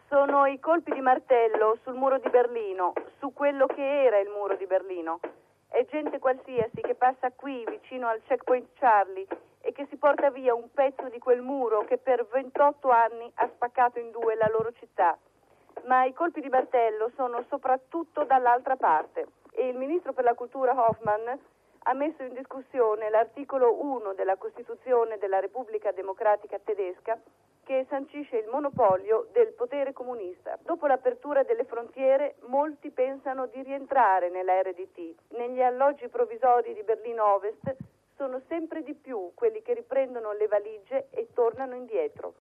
Sono i colpi di martello sul muro di Berlino, su quello che era il muro di Berlino. È gente qualsiasi che passa qui vicino al checkpoint Charlie e che si porta via un pezzo di quel muro che per 28 anni ha spaccato in due la loro città. Ma i colpi di martello sono soprattutto dall'altra parte e il ministro per la cultura Hoffmann ha messo in discussione l'articolo 1 della Costituzione della Repubblica Democratica Tedesca che sancisce il monopolio del potere comunista. Dopo l'apertura delle frontiere, molti pensano di rientrare nella RDT. Negli alloggi provvisori di Berlino Ovest sono sempre di più quelli che riprendono le valigie e tornano indietro.